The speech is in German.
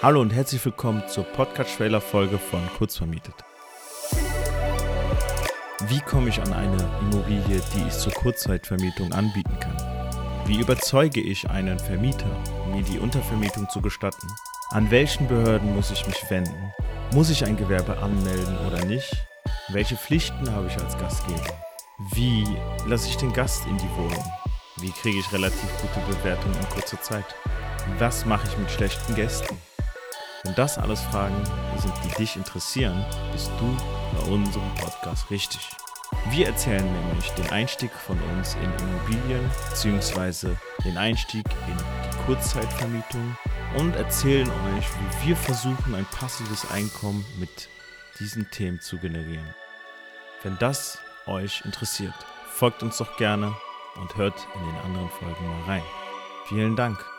Hallo und herzlich willkommen zur Podcast-Trailer-Folge von Kurzvermietet. Wie komme ich an eine Immobilie, die ich zur Kurzzeitvermietung anbieten kann? Wie überzeuge ich einen Vermieter, mir die Untervermietung zu gestatten? An welchen Behörden muss ich mich wenden? Muss ich ein Gewerbe anmelden oder nicht? Welche Pflichten habe ich als Gastgeber? Wie lasse ich den Gast in die Wohnung? Wie kriege ich relativ gute Bewertungen in kurzer Zeit? Was mache ich mit schlechten Gästen? Wenn das alles Fragen sind, die dich interessieren, bist du bei unserem Podcast richtig. Wir erzählen nämlich den Einstieg von uns in Immobilien bzw. den Einstieg in die Kurzzeitvermietung und erzählen euch, wie wir versuchen, ein passives Einkommen mit diesen Themen zu generieren. Wenn das euch interessiert, folgt uns doch gerne und hört in den anderen Folgen mal rein. Vielen Dank.